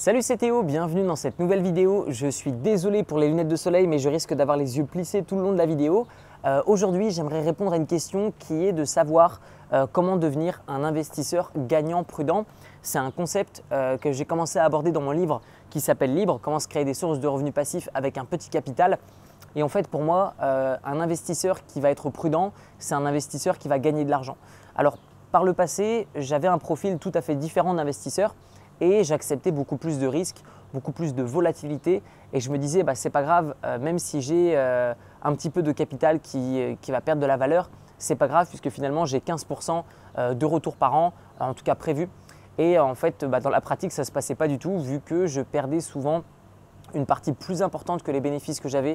Salut, c'est Théo, bienvenue dans cette nouvelle vidéo. Je suis désolé pour les lunettes de soleil, mais je risque d'avoir les yeux plissés tout le long de la vidéo. Aujourd'hui, j'aimerais répondre à une question qui est de savoir comment devenir un investisseur gagnant prudent. C'est un concept que j'ai commencé à aborder dans mon livre qui s'appelle Libre, comment se créer des sources de revenus passifs avec un petit capital. Et en fait, pour moi, un investisseur qui va être prudent, c'est un investisseur qui va gagner de l'argent. Alors, par le passé, j'avais un profil tout à fait différent d'investisseur. Et j'acceptais beaucoup plus de risques, beaucoup plus de volatilité. Et je me disais, c'est pas grave, même si j'ai un petit peu de capital qui va perdre de la valeur, c'est pas grave puisque finalement j'ai 15% de retour par an, en tout cas prévu. Et en fait, dans la pratique, ça ne se passait pas du tout vu que je perdais souvent une partie plus importante que les bénéfices que j'avais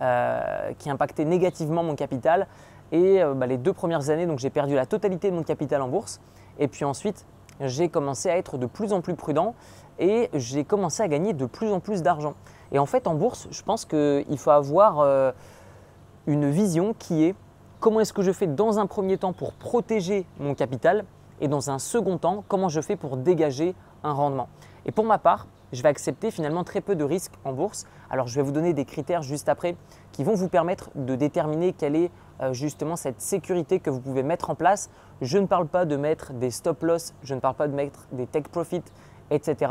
qui impactaient négativement mon capital. Et les 2 premières années, donc j'ai perdu la totalité de mon capital en bourse. Et puis ensuite, j'ai commencé à être de plus en plus prudent et j'ai commencé à gagner de plus en plus d'argent. Et en fait, en bourse, je pense qu'il faut avoir une vision qui est comment est-ce que je fais dans un premier temps pour protéger mon capital et dans un second temps, comment je fais pour dégager un rendement. Et pour ma part, je vais accepter finalement très peu de risques en bourse. Alors, je vais vous donner des critères juste après qui vont vous permettre de déterminer quelle est justement cette sécurité que vous pouvez mettre en place. Je ne parle pas de mettre des stop loss, je ne parle pas de mettre des take profit, etc.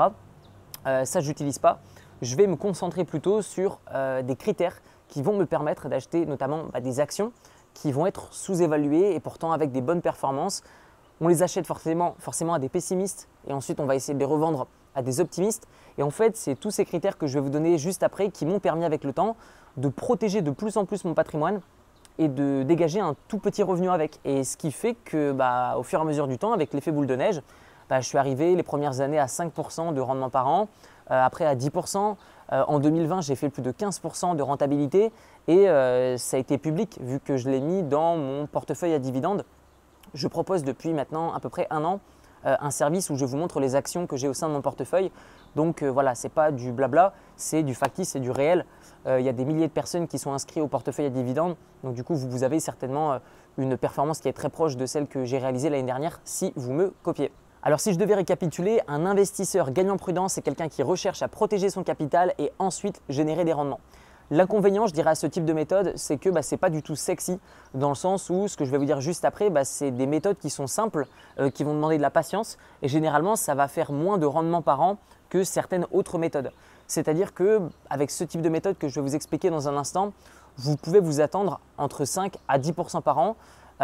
Ça, je n'utilise pas. Je vais me concentrer plutôt sur des critères qui vont me permettre d'acheter notamment des actions qui vont être sous-évaluées et pourtant avec des bonnes performances. On les achète forcément à des pessimistes et ensuite on va essayer de les revendre à des optimistes. Et en fait, c'est tous ces critères que je vais vous donner juste après qui m'ont permis avec le temps de protéger de plus en plus mon patrimoine et de dégager un tout petit revenu avec. Et ce qui fait que au fur et à mesure du temps, avec l'effet boule de neige, je suis arrivé les premières années à 5% de rendement par an, après à 10%. En 2020, j'ai fait plus de 15% de rentabilité et ça a été public vu que je l'ai mis dans mon portefeuille à dividendes. Je propose depuis maintenant à peu près 1 an un service où je vous montre les actions que j'ai au sein de mon portefeuille. Donc voilà, ce n'est pas du blabla, c'est du factice, c'est du réel. Il y a des milliers de personnes qui sont inscrites au portefeuille à dividendes. Donc du coup, vous avez certainement une performance qui est très proche de celle que j'ai réalisée l'année dernière si vous me copiez. Alors si je devais récapituler, un investisseur gagnant prudent, c'est quelqu'un qui recherche à protéger son capital et ensuite générer des rendements. L'inconvénient, je dirais, à ce type de méthode, c'est que ce n'est pas du tout sexy dans le sens où ce que je vais vous dire juste après, c'est des méthodes qui sont simples, qui vont demander de la patience et généralement, ça va faire moins de rendement par an que certaines autres méthodes. C'est-à-dire qu'avec ce type de méthode que je vais vous expliquer dans un instant, vous pouvez vous attendre entre 5 à 10% par an.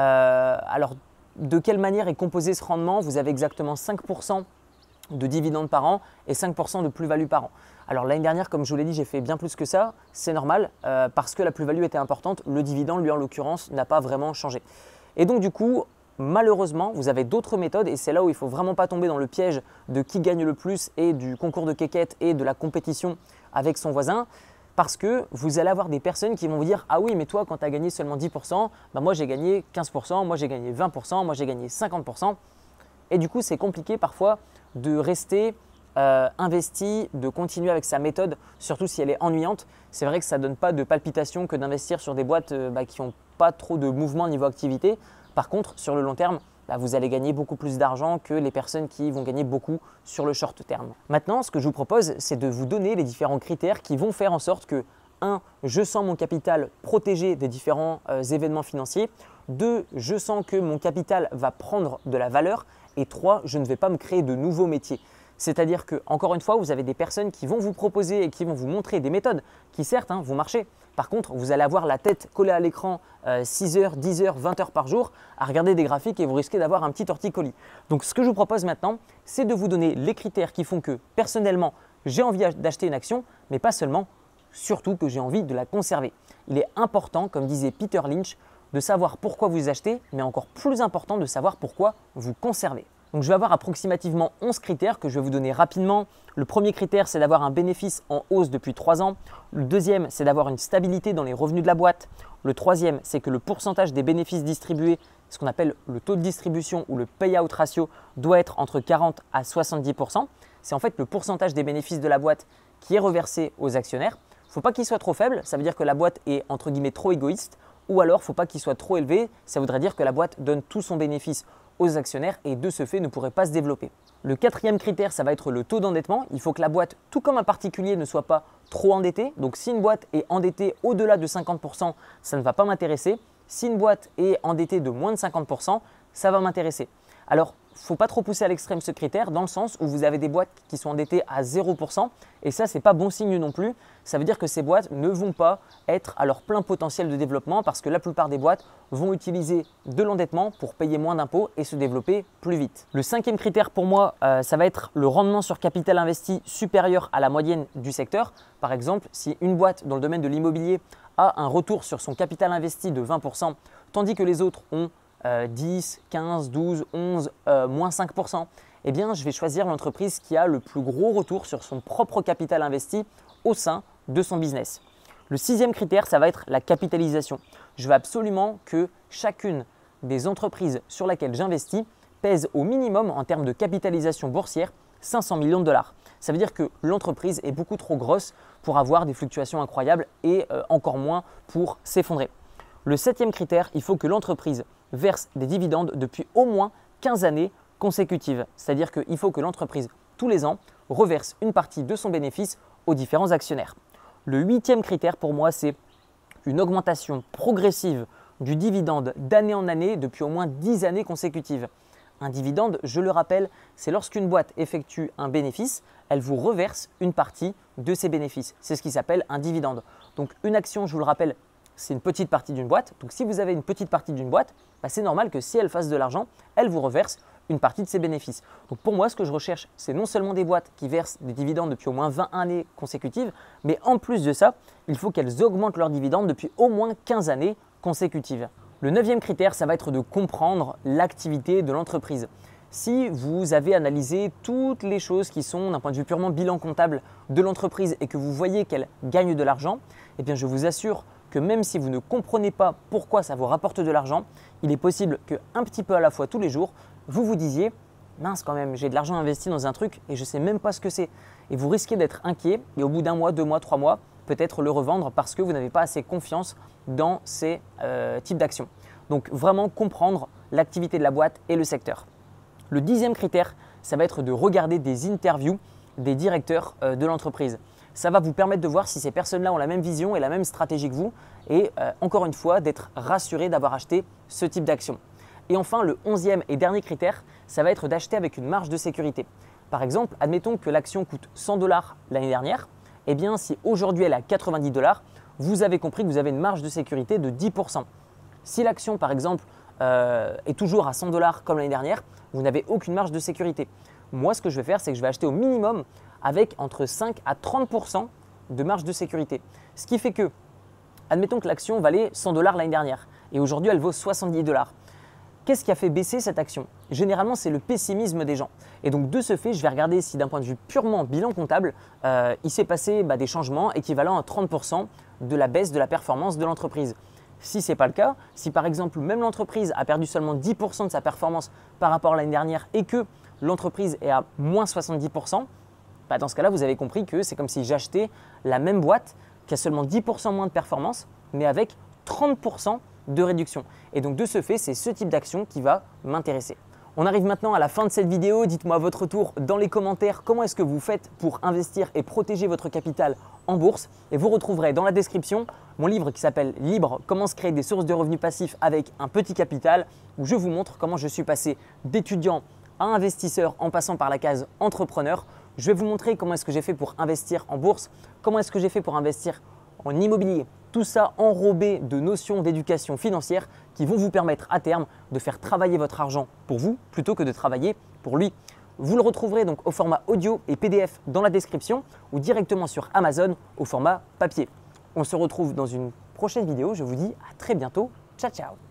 Alors, de quelle manière est composé ce rendement? Vous avez exactement 5% de dividendes par an et 5% de plus-value par an. Alors l'année dernière, comme je vous l'ai dit, j'ai fait bien plus que ça. C'est normal parce que la plus-value était importante. Le dividende, lui en l'occurrence, n'a pas vraiment changé. Et donc du coup, malheureusement, vous avez d'autres méthodes et c'est là où il ne faut vraiment pas tomber dans le piège de qui gagne le plus et du concours de quéquette et de la compétition avec son voisin. Parce que vous allez avoir des personnes qui vont vous dire « Ah oui, mais toi, quand tu as gagné seulement 10%, moi j'ai gagné 15%, moi j'ai gagné 20%, moi j'ai gagné 50%. » Et du coup, c'est compliqué parfois de rester investi, de continuer avec sa méthode, surtout si elle est ennuyante. C'est vrai que ça ne donne pas de palpitations que d'investir sur des boîtes qui n'ont pas trop de mouvement niveau activité. Par contre, sur le long terme, vous allez gagner beaucoup plus d'argent que les personnes qui vont gagner beaucoup sur le short terme. Maintenant, ce que je vous propose, c'est de vous donner les différents critères qui vont faire en sorte que 1. Je sens mon capital protégé des différents événements financiers. 2. Je sens que mon capital va prendre de la valeur. Et 3. Je ne vais pas me créer de nouveaux métiers. C'est-à-dire que, encore une fois, vous avez des personnes qui vont vous proposer et qui vont vous montrer des méthodes qui certes vont marcher. Par contre, vous allez avoir la tête collée à l'écran 6 heures, 10 heures, 20 heures par jour à regarder des graphiques et vous risquez d'avoir un petit torticolis. Donc ce que je vous propose maintenant, c'est de vous donner les critères qui font que personnellement, j'ai envie d'acheter une action, mais pas seulement, surtout que j'ai envie de la conserver. Il est important, comme disait Peter Lynch, de savoir pourquoi vous achetez, mais encore plus important de savoir pourquoi vous conservez. Donc je vais avoir approximativement 11 critères que je vais vous donner rapidement. Le premier critère, c'est d'avoir un bénéfice en hausse depuis 3 ans. Le deuxième, c'est d'avoir une stabilité dans les revenus de la boîte. Le troisième, c'est que le pourcentage des bénéfices distribués, ce qu'on appelle le taux de distribution ou le payout ratio, doit être entre 40 à 70%. C'est en fait le pourcentage des bénéfices de la boîte qui est reversé aux actionnaires. Il ne faut pas qu'il soit trop faible, ça veut dire que la boîte est entre guillemets trop égoïste. Ou alors, il ne faut pas qu'il soit trop élevé, ça voudrait dire que la boîte donne tout son bénéfice aux actionnaires et de ce fait ne pourrait pas se développer. Le quatrième critère, ça va être le taux d'endettement. Il faut que la boîte, tout comme un particulier, ne soit pas trop endettée. Donc si une boîte est endettée au-delà de 50%, ça ne va pas m'intéresser. Si une boîte est endettée de moins de 50%, ça va m'intéresser. Alors, il ne faut pas trop pousser à l'extrême ce critère dans le sens où vous avez des boîtes qui sont endettées à 0% et ça, ce n'est pas bon signe non plus. Ça veut dire que ces boîtes ne vont pas être à leur plein potentiel de développement parce que la plupart des boîtes vont utiliser de l'endettement pour payer moins d'impôts et se développer plus vite. Le cinquième critère pour moi, ça va être le rendement sur capital investi supérieur à la moyenne du secteur. Par exemple, si une boîte dans le domaine de l'immobilier a un retour sur son capital investi de 20%, tandis que les autres ont 10, 15, 12, 11, moins 5%, eh bien, je vais choisir l'entreprise qui a le plus gros retour sur son propre capital investi au sein de son business. Le sixième critère, ça va être la capitalisation. Je veux absolument que chacune des entreprises sur laquelle j'investis pèse au minimum en termes de capitalisation boursière 500 millions de dollars. Ça veut dire que l'entreprise est beaucoup trop grosse pour avoir des fluctuations incroyables et encore moins pour s'effondrer. Le septième critère, il faut que l'entreprise verse des dividendes depuis au moins 15 années consécutives. C'est-à-dire qu'il faut que l'entreprise, tous les ans, reverse une partie de son bénéfice aux différents actionnaires. Le huitième critère pour moi, c'est une augmentation progressive du dividende d'année en année depuis au moins 10 années consécutives. Un dividende, je le rappelle, c'est lorsqu'une boîte effectue un bénéfice, elle vous reverse une partie de ses bénéfices. C'est ce qui s'appelle un dividende. Donc une action, je vous le rappelle, c'est une petite partie d'une boîte. Donc si vous avez une petite partie d'une boîte, c'est normal que si elle fasse de l'argent, elle vous reverse une partie de ses bénéfices. Donc pour moi, ce que je recherche, c'est non seulement des boîtes qui versent des dividendes depuis au moins 20 années consécutives, mais en plus de ça, il faut qu'elles augmentent leurs dividendes depuis au moins 15 années consécutives. Le neuvième critère, ça va être de comprendre l'activité de l'entreprise. Si vous avez analysé toutes les choses qui sont d'un point de vue purement bilan comptable de l'entreprise et que vous voyez qu'elle gagne de l'argent, eh bien je vous assure que même si vous ne comprenez pas pourquoi ça vous rapporte de l'argent, il est possible qu'un petit peu à la fois tous les jours, vous vous disiez « mince quand même, j'ai de l'argent investi dans un truc et je ne sais même pas ce que c'est ». Et vous risquez d'être inquiet et au bout d'un mois, 2 mois, 3 mois, peut-être le revendre parce que vous n'avez pas assez confiance dans ces types d'actions. Donc vraiment comprendre l'activité de la boîte et le secteur. Le 10e critère, ça va être de regarder des interviews des directeurs de l'entreprise. Ça va vous permettre de voir si ces personnes-là ont la même vision et la même stratégie que vous et encore une fois d'être rassuré d'avoir acheté ce type d'action. Et enfin, le 11e et dernier critère, ça va être d'acheter avec une marge de sécurité. Par exemple, admettons que l'action coûte 100 $ l'année dernière, eh bien si aujourd'hui elle est à 90 $, vous avez compris que vous avez une marge de sécurité de 10%. Si l'action par exemple est toujours à 100 $ comme l'année dernière, vous n'avez aucune marge de sécurité. Moi, ce que je vais faire, c'est que je vais acheter au minimum avec entre 5 à 30% de marge de sécurité. Ce qui fait que, admettons que l'action valait 100 $ l'année dernière et aujourd'hui elle vaut 70 $. Qu'est-ce qui a fait baisser cette action? Généralement, c'est le pessimisme des gens. Et donc, de ce fait, je vais regarder si d'un point de vue purement bilan comptable, il s'est passé des changements équivalents à 30% de la baisse de la performance de l'entreprise. Si ce n'est pas le cas, si par exemple même l'entreprise a perdu seulement 10% de sa performance par rapport à l'année dernière et que l'entreprise est à moins 70%, dans ce cas-là, vous avez compris que c'est comme si j'achetais la même boîte qui a seulement 10% moins de performance, mais avec 30% de réduction. Et donc de ce fait, c'est ce type d'action qui va m'intéresser. On arrive maintenant à la fin de cette vidéo. Dites-moi à votre tour dans les commentaires comment est-ce que vous faites pour investir et protéger votre capital en bourse. Et vous retrouverez dans la description mon livre qui s'appelle Libre, comment se créer des sources de revenus passifs avec un petit capital, où je vous montre comment je suis passé d'étudiant à investisseur en passant par la case entrepreneur. Je vais vous montrer comment est-ce que j'ai fait pour investir en bourse, comment est-ce que j'ai fait pour investir en immobilier. Tout ça enrobé de notions d'éducation financière qui vont vous permettre à terme de faire travailler votre argent pour vous plutôt que de travailler pour lui. Vous le retrouverez donc au format audio et PDF dans la description ou directement sur Amazon au format papier. On se retrouve dans une prochaine vidéo. Je vous dis à très bientôt. Ciao, ciao!